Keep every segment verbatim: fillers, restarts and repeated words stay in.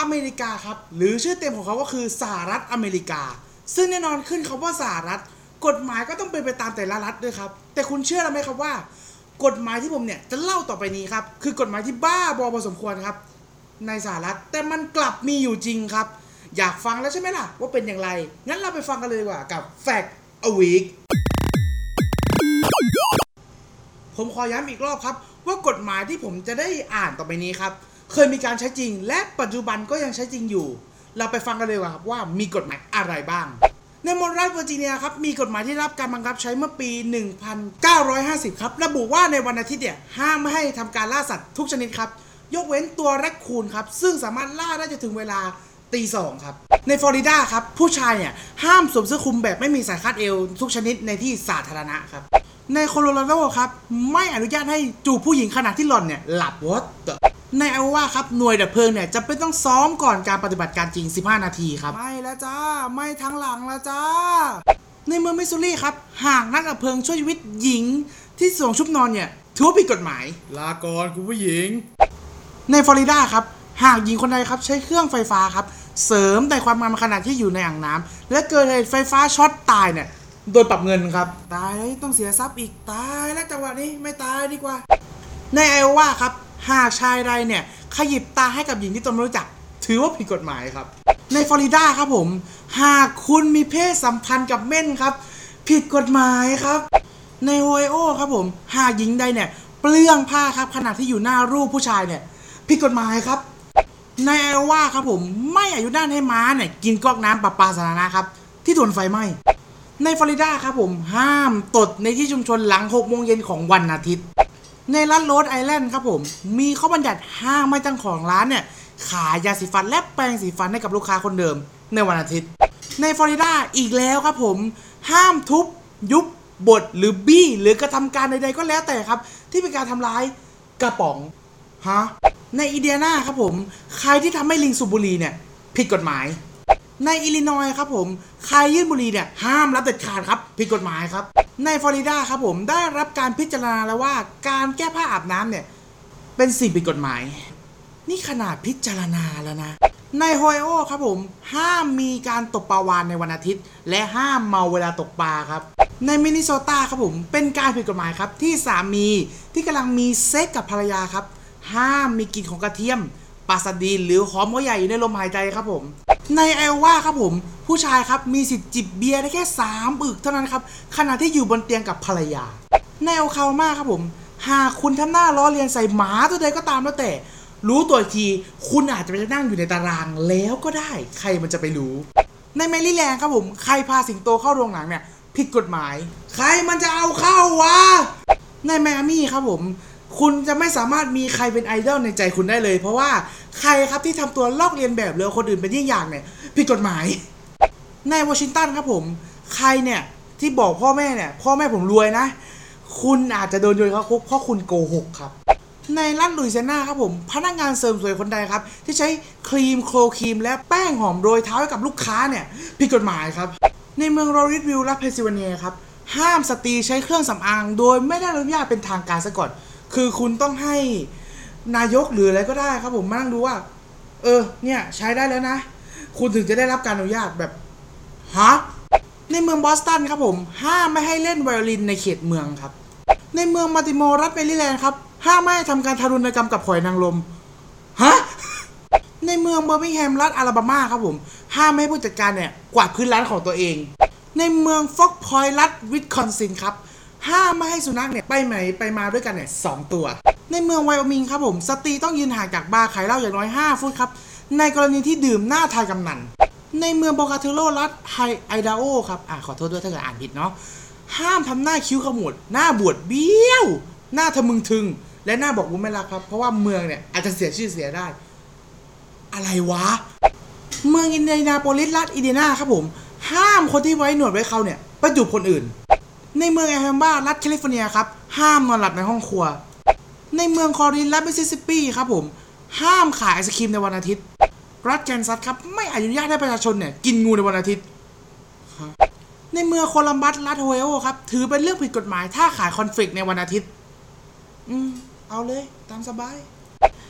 อเมริกาครับหรือชื่อเต็มของเขาก็คือสหรัฐอเมริกาซึ่งแน่นอนขึ้นคำว่าสหรัฐกฎหมายก็ต้องเป็นไปตามแต่ละรัฐด้วยครับแต่คุณเชื่อหรือไม่ครับว่ากฎหมายที่ผมเนี่ยจะเล่าต่อไปนี้ครับคือกฎหมายที่บ้าบอพอสมควรครับในสหรัฐแต่มันกลับมีอยู่จริงครับอยากฟังแล้วใช่ไหมล่ะว่าเป็นอย่างไรงั้นเราไปฟังกันเลยดีกว่ากับ Fact a Week ผมขอย้ำอีกรอบครับว่ากฎหมายที่ผมจะได้อ่านต่อไปนี้ครับเคยมีการใช้จริงและปัจจุบันก็ยังใช้จริงอยู่เราไปฟังกันเลยว่าครับว่ามีกฎหมายอะไรบ้างในมณฑลรัฐเวอร์จิเนียครับมีกฎหมายที่รับการบังคับใช้เมื่อปีหนึ่งพันเก้าร้อยห้าสิบครับระบุว่าในวันอาทิตย์เนี่ยห้ามไม่ให้ทำการล่าสัตว์ทุกชนิดครับยกเว้นตัวแรคคูนครับซึ่งสามารถล่าได้จนถึงเวลาตีสองครับในฟลอริดาครับผู้ชายเนี่ยห้ามสวมเสื้อคลุมแบบไม่มีสายคาดเอวทุกชนิดในที่สาธารณะครับในโคโลราโดครับไม่อนุญาตให้จูบผู้หญิงขณะที่หล่อนเนี่ยหลับวอตในไอโอวาครับหน่วยดับเพลิงเนี่ยจะเป็นต้องซ้อมก่อนการปฏิบัติการจริงสิบห้านาทีครับไม่แล้วจ้าไม่ทั้งหลังแล้วจ้าในเมืองมิสซูรีครับหากนักดับเพลิงช่วยชีวิตหญิงที่สวมชุดนอนเนี่ยถือว่าผิดกฎหมายลาก่อนคุณผู้หญิงในฟลอริดาครับหากหญิงคนใดครับใช้เครื่องไฟฟ้าครับเสริมแต่ความงามขณะที่อยู่ในอ่างน้ำและเกิดเหตุไฟฟ้าช็อตตายเนี่ยโดยปรับเงินครับตายแล้วต้องเสียทรัพย์อีกตายแล้วจังหวะนี้ไม่ตายดีกว่าในไอโอวาครับหากชายใดเนี่ยขยิบตาให้กับหญิงที่ตนไม่รู้จักถือว่าผิดกฎหมายครับในฟลอริดาครับผมหากคุณมีเพศสัมพันธ์กับเม่นครับผิดกฎหมายครับในโอไฮโอครับผมหากหญิงใดเนี่ยเปลื้องผ้าครับขณะที่อยู่หน้ารูปผู้ชายเนี่ยผิดกฎหมายครับในไอโอวาครับผมไม่อนุญาตให้ม้าเนี่ยกินก๊อกน้ำประปาสาธารณะครับที่โดนไฟไหม้ในฟลอริดาครับผมห้ามตดในที่ชุมชนหลังหกโมงเย็นของวันอาทิตย์ในรัฐโรดไอแลนด์ครับผมมีข้อบัญญัติห้ามไม่เจ้าของร้านเนี่ยขายยาสีฟันและแปรงสีฟันให้กับลูกค้าคนเดิมในวันอาทิตย์ในฟลอริดาอีกแล้วครับผมห้ามทุบยุบบดหรือบี้หรือกระทำการใดๆก็แล้วแต่ครับที่เป็นการทำร้ายกระป๋องฮะในอินเดียนาครับผมใครที่ทำให้ลิงสูบบุหรี่เนี่ยผิดกฎหมายในอิลลินอยส์ครับผมใครยื่นบุหรี่เนี่ยห้ามรับเด็ดขาดครับผิดกฎหมายครับในฟลอริดาครับผมได้รับการพิจารณาแล้วว่าการแก้ผ้าอาบน้ำเนี่ยเป็นสิ่งผิดกฎหมายนี่ขนาดพิจารณาแล้วนะในโฮไอโอครับผมห้ามมีการตกปลาวาฬในวันอาทิตย์และห้ามเมาเวลาตกปลาครับในมินนิโซตาครับผมเป็นการผิดกฎหมายครับที่สามีที่กำลังมีเซ็กกับภรรยาครับห้ามมีกลิ่นของกระเทียมปลาสดีนหรือหอมหัวใหญ่อยู่ในลมหายใจครับผมในไอโอวาครับผมผู้ชายครับมีสิทธิ์จิบเบียร์ได้แค่สามอึกเท่านั้นครับขณะที่อยู่บนเตียงกับภรรยาในโอคลาโฮมาครับผมหากคุณทำหน้าล้อเลียนใส่หมาตัวใดก็ตามแล้วแต่รู้ตัวทีคุณอาจจะไปนั่งอยู่ในตารางแล้วก็ได้ใครมันจะไปรู้ในแมรี่แลนด์ครับผมใครพาสิงโตเข้าโรงหนังเนี่ยผิดกฎหมายใครมันจะเอาเข้าวะในไมอามี่ครับผมคุณจะไม่สามารถมีใครเป็นไอดอลในใจคุณได้เลยเพราะว่าใครครับที่ทำตัวลอกเลียนแบบหรือคนอื่นเป็นยิ่งอย่างเนี่ยผิดกฎหมายในวอชิงตันครับผมใครเนี่ยที่บอกพ่อแม่เนี่ยพ่อแม่ผมรวยนะคุณอาจจะโดนโยนเข้าคุกเพราะคุณโกหกครับในรัฐลุยเซียนาครับผมพนักงานเสริมสวยคนใดครับที่ใช้ครีมโคลครีมและแป้งหอมโรยเท้าให้กับลูกค้าเนี่ยผิดกฎหมายครับในเมืองโรริสวิลล์รัฐเพนซิลเวเนียครับห้ามสตรีใช้เครื่องสำอางโดยไม่ได้รับอนุญาตเป็นทางการซะก่อนคือคุณต้องให้นายกหรืออะไรก็ได้ครับผมมานั่งดูว่าเออเนี่ยใช้ได้แล้วนะคุณถึงจะได้รับการอนุญาตแบบฮะในเมืองบอสตันครับผมห้ามไม่ให้เล่นไวโอลินในเขตเมืองครับในเมืองมัลติโมอร์รัฐแมริแลนด์ครับห้ามไม่ให้ทำการทารุณกรรมกับหอยนางรมฮะในเมืองเบอร์มิงแฮมรัฐอลาบามาครับผมห้ามไม่ให้ผู้จัดการเนี่ยกวาดพื้นร้านของตัวเองในเมืองฟ็อกพอยต์รัฐวิสคอนซินครับห้ามไม่ให้สุนัขเนี่ยไปไหนไปมาด้วยกันเนี่ยสองตัวในเมืองไวโอมิงครับผมสตรีต้องยืนห่างจากบาร์ขายเหล้าอย่างน้อยห้าฟุตครับในกรณีที่ดื่มหน้าทายกำนันในเมืองโบกาเทโรรัฐไอดาโอครับอ่ะขอโทษด้วยถ้าเกิดอ่านผิดเนาะห้ามทำหน้าคิ้วขมวดหน้าบวดเบี้ยวหน้าทะมึงทึงและหน้าบอกบุญไม่รักครับเพราะว่าเมืองเนี่ยอาจจะเสียชื่อเสียได้อะไรวะเมืองอินเดียนาโปลิสรัฐอินเดียนาครับผมห้ามคนที่ไว้หนวดไว้เขาเนี่ยไปจูบคนอื่นในเมืองแอลแฮมบารัฐแคลิฟอร์เนียครับห้ามนอนหลับในห้องครัวในเมืองคอรินรัฐมิสซิสซิปปีครับผมห้ามขายไอศครีมในวันอาทิตย์รัฐแคนซัสครับไม่อนุญาตให้ประชาชนเนี่ยกินงูในวันอาทิตย์ในเมืองโคลัมบัสรัฐโอไฮโอครับถือเป็นเรื่องผิดกฎหมายถ้าขายคอนเฟกต์ในวันอาทิตย์อืมเอาเลยตามสบาย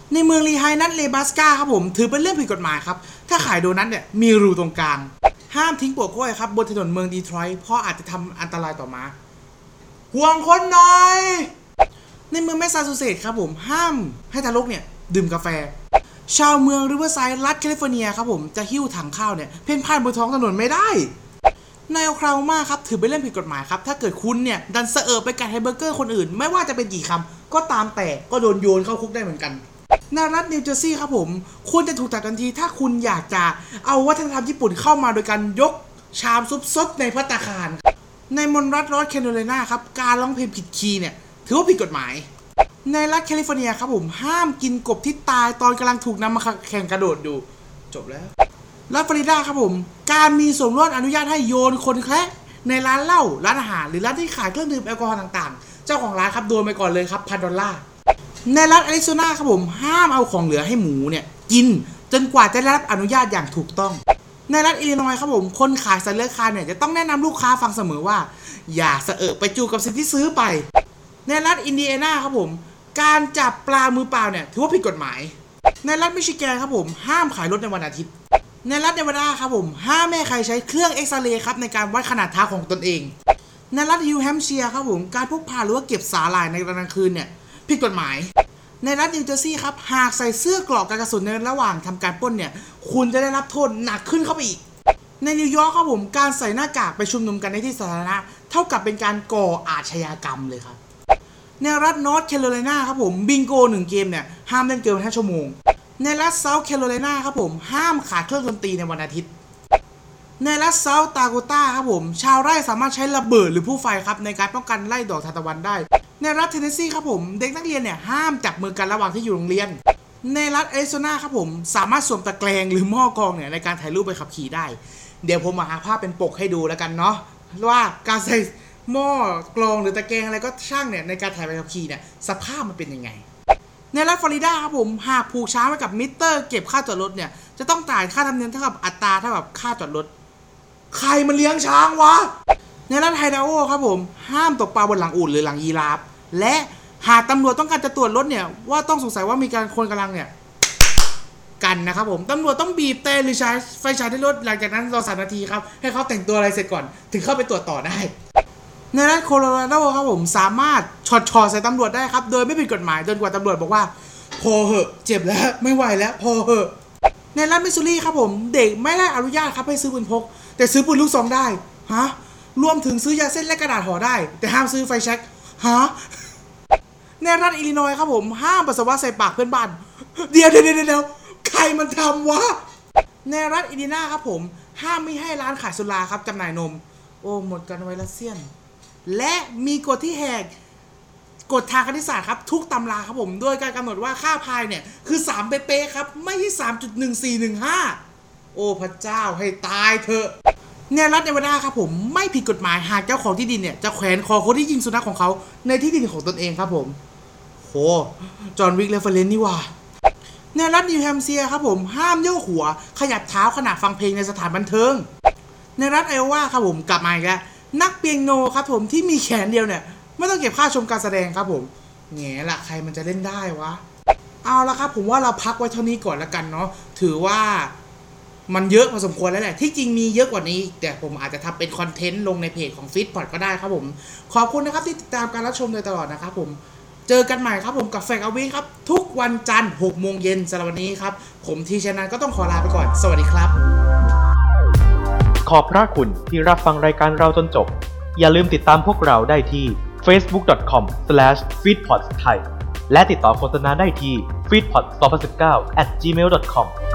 ในเมืองลีไฮนัทเลบัสกาครับผมถือเป็นเรื่องผิดกฎหมายครับถ้าขายโดนัทเนี่ยมีรูตรงกลางห้ามทิ้งปวกกล้วยครับบนถนนเมืองดีทรอยต์เพราะอาจจะทำอันตรายต่อม้าห่วงคนหน่อยในเมืองแมสซาชูเซตส์ครับผมห้ามให้ทารกเนี่ยดื่มกาแฟชาวเมืองริเวอร์ไซด์รัฐแคลิฟอร์เนียครับผมจะหิ้วถังข้าวเนี่ยเพ่นพ่านบนท้องถนนไม่ได้ในโอคลาโฮมาครับถือเป็นเรื่องผิดกฎหมายครับถ้าเกิดคุณเนี่ยดันเสอะไปกัดแฮมเบอร์เกอร์คนอื่นไม่ว่าจะเป็นกี่คำก็ตามแต่ก็โดนโยนเข้าคุกได้เหมือนกันในรัฐนิวเจอร์ซีย์ครับผมคุณจะถูกตัดทันทีถ้าคุณอยากจะเอาวัฒนธรรมญี่ปุ่นเข้ามาโดยการยกชามซุปซดในภัตตาคารในมณฑลรัฐนอร์ทแคโรไลนาครับการร้องเพลงผิดคีย์เนี่ยถือว่าผิดกฎหมายในรัฐแคลิฟอร์เนียครับผมห้ามกินกบที่ตายตอนกำลังถูกนำมาแข่งกระโดดดูจบแล้วรัฐฟลอริดาครับผมการมีส่วนร่วมอนุญาตให้โยนคนแคระในร้านเหล้าร้านอาหารหรือร้านที่ขายเครื่องดื่มแอลกอฮอล์ต่างๆเจ้าของร้านครับโดนไปก่อนเลยครับพันดอลลาร์ในรัฐแอริโซนาครับผมห้ามเอาของเหลือให้หมูเนี่ยกินจนกว่าจะได้รับอนุญาตอย่างถูกต้องในรัฐอิลลินอยส์ครับผมคนขายสัตว์เลื้อยคลานเนี่ยจะต้องแนะนำลูกค้าฟังเสมอว่าอย่าเสอะไปจูกับสิ่งที่ซื้อไปในรัฐอินเดียนาครับผมการจับปลามือเปล่าเนี่ยถือว่าผิดกฎหมายในรัฐมิชิแกนครับผมห้ามขายรถในวันอาทิตย์ในรัฐเนวาดาครับผมห้ามไม่ให้ใครใช้เครื่องเอ็กซเรย์ครับในการวัดขนาดเท้าของตนเองในรัฐนิวแฮมป์เชียร์ครับผมการพกพาหรือว่าเก็บสาหร่ายในกลางคืนเนี่ยผิดกฎหมายในรัฐนิวเจอร์ซีย์ครับหากใส่เสื้อเกราะกันกระสุนในระหว่างทำการปล้นเนี่ยคุณจะได้รับโทษหนักขึ้นเข้าไปอีกในนิวยอร์กครับผมการใส่หน้ากากไปชุมนุมกันในที่สาธารณะเท่ากับเป็นการก่ออาชญากรรมเลยครับในรัฐนอร์ทแคโรไลนาครับผมบิงโกหนึ่งเกมเนี่ยห้ามเล่นเกินห้าชั่วโมงในรัฐเซาท์แคโรไลนาครับผมห้ามขายเครื่องดนตรีในวันอาทิตย์ในรัฐเซาท์ดาโกตาครับผมชาวไร่สามารถใช้ระเบิดหรือผู้ไฟครับในการป้องกันไล่ดอกทานตะวันได้ในรัฐเทนเนสซีครับผมเด็กนักเรียนเนี่ยห้ามจับมือกันระหว่างที่อยู่โรงเรียนในรัฐแอริโซนาครับผมสามารถสวมตะแกรงหรือหม้อกรองเนี่ยในการถ่ายรูปไปขับขี่ได้เดี๋ยวผมมาหาภาพเป็นปกให้ดูแล้วกันเนาะว่าการใส่หม้อกรองหรือตะแกรงอะไรก็ช่างเนี่ยในการถ่ายไปขับขี่เนี่ยสภาพมันเป็นยังไงในรัฐฟลอริดาครับผมหากผูกช้างไว้กับมิเตอร์เก็บค่าจอดรถเนี่ยจะต้องจ่ายค่าธรรมเนียมเท่ากับอัตราเท่ากับค่าจอดรถใครมันเลี้ยงช้างวะในรัฐไฮดาโอครับผมห้ามตกปลาบนหลังอูฐหรือหลังยีราฟและหากตำรวจต้องการจะตรวจรถเนี่ยว่าต้องสงสัยว่ามีการคนกำลังเนี่ยกันนะครับผมตำรวจต้องบีบแต่หรือใช้ไฟฉายที่รถหลังจากนั้นรอสามนาทีครับให้เขาแต่งตัวอะไรเสร็จก่อนถึงเข้าไปตรวจต่อได้ในรัฐโคโลราโดครับผมสามารถช็อตชอใส่ตำรวจได้ครับโดยไม่ผิดกฎหมายจนกว่าตำรวจบอกว่าพอเหอะเจ็บแล้วไม่ไหวแล้วพอเหอะในรัฐมิสซูรีครับผมเด็กไม่ได้อนุญาตครับให้ซื้อปืนพกแต่ซื้อปืนลูกซองได้ฮะรวมถึงซื้อยาเส้นและกระดาษห่อได้แต่ห้ามซื้อไฟแช็กฮะในรัฐอิลลินอยส์ครับผมห้ามปัสสาวะใส่ปากเพื่อนบ้านเดี๋ยวเดี๋ยวเดี๋ยวใครมันทำวะในรัฐอินเดียนาครับผมห้ามไม่ให้ร้านขายสุราครับจำหน่ายนมโอ้หมดกันไวรัสเซียนและมีกฎที่แหกกฎทางคณิตศาสตร์ครับทุกตำราครับผมโดยการกำหนดว่าค่าพายเนี่ยคือสามเป๊ะๆครับไม่ใช่ สามจุดหนึ่งสี่หนึ่งห้า โอ้พระเจ้าให้ตายเถอะในรัฐเนวาดาครับผมไม่ผิดกฎหมายหากเจ้าของที่ดินเนี่ยจะแขวนคอคนที่ยิงสุนัขของเขาในที่ดินของตนเองครับผมโหจอห์นวิกเรฟเฟอเรนซ์นี่ว่าในรัฐนิวแฮมป์เชียร์ครับผมห้ามโยกหัวขยับเท้าขณะฟังเพลงในสถานบันเทิงในรัฐไอโอวาครับผมกลับมาอีกแล้วนักเปียโนครับผมที่มีแขนเดียวเนี่ยไม่ต้องเก็บค่าชมการแสดงครับผมแง่ละใครมันจะเล่นได้วะเอาละครับผมว่าเราพักไว้เท่านี้ก่อนละกันเนาะถือว่ามันเยอะพอสมควรแล้วแหละที่จริงมีเยอะกว่านี้แต่ผมอาจจะทำเป็นคอนเทนต์ลงในเพจของฟิตพอดก็ได้ครับผมขอบคุณนะครับที่ติดตามการรับชมโดยตลอดนะครับผมเจอกันใหม่ครับผมกับแฟกเอาวีครับทุกวันจันทร์หกโมงเย็นสำหรับวันนี้ครับผมทีชนันก็ต้องขอลาไปก่อนสวัสดีครับขอบพระคุณที่รับฟังรายการเราจนจบอย่าลืมติดตามพวกเราได้ที่ เฟซบุ๊ก ดอท คอม สแลช ฟีดพอด ไทย และติดต่อโฆษณาได้ที่ ฟีดพอด สองพันสิบเก้า แอท จีเมล ดอท คอม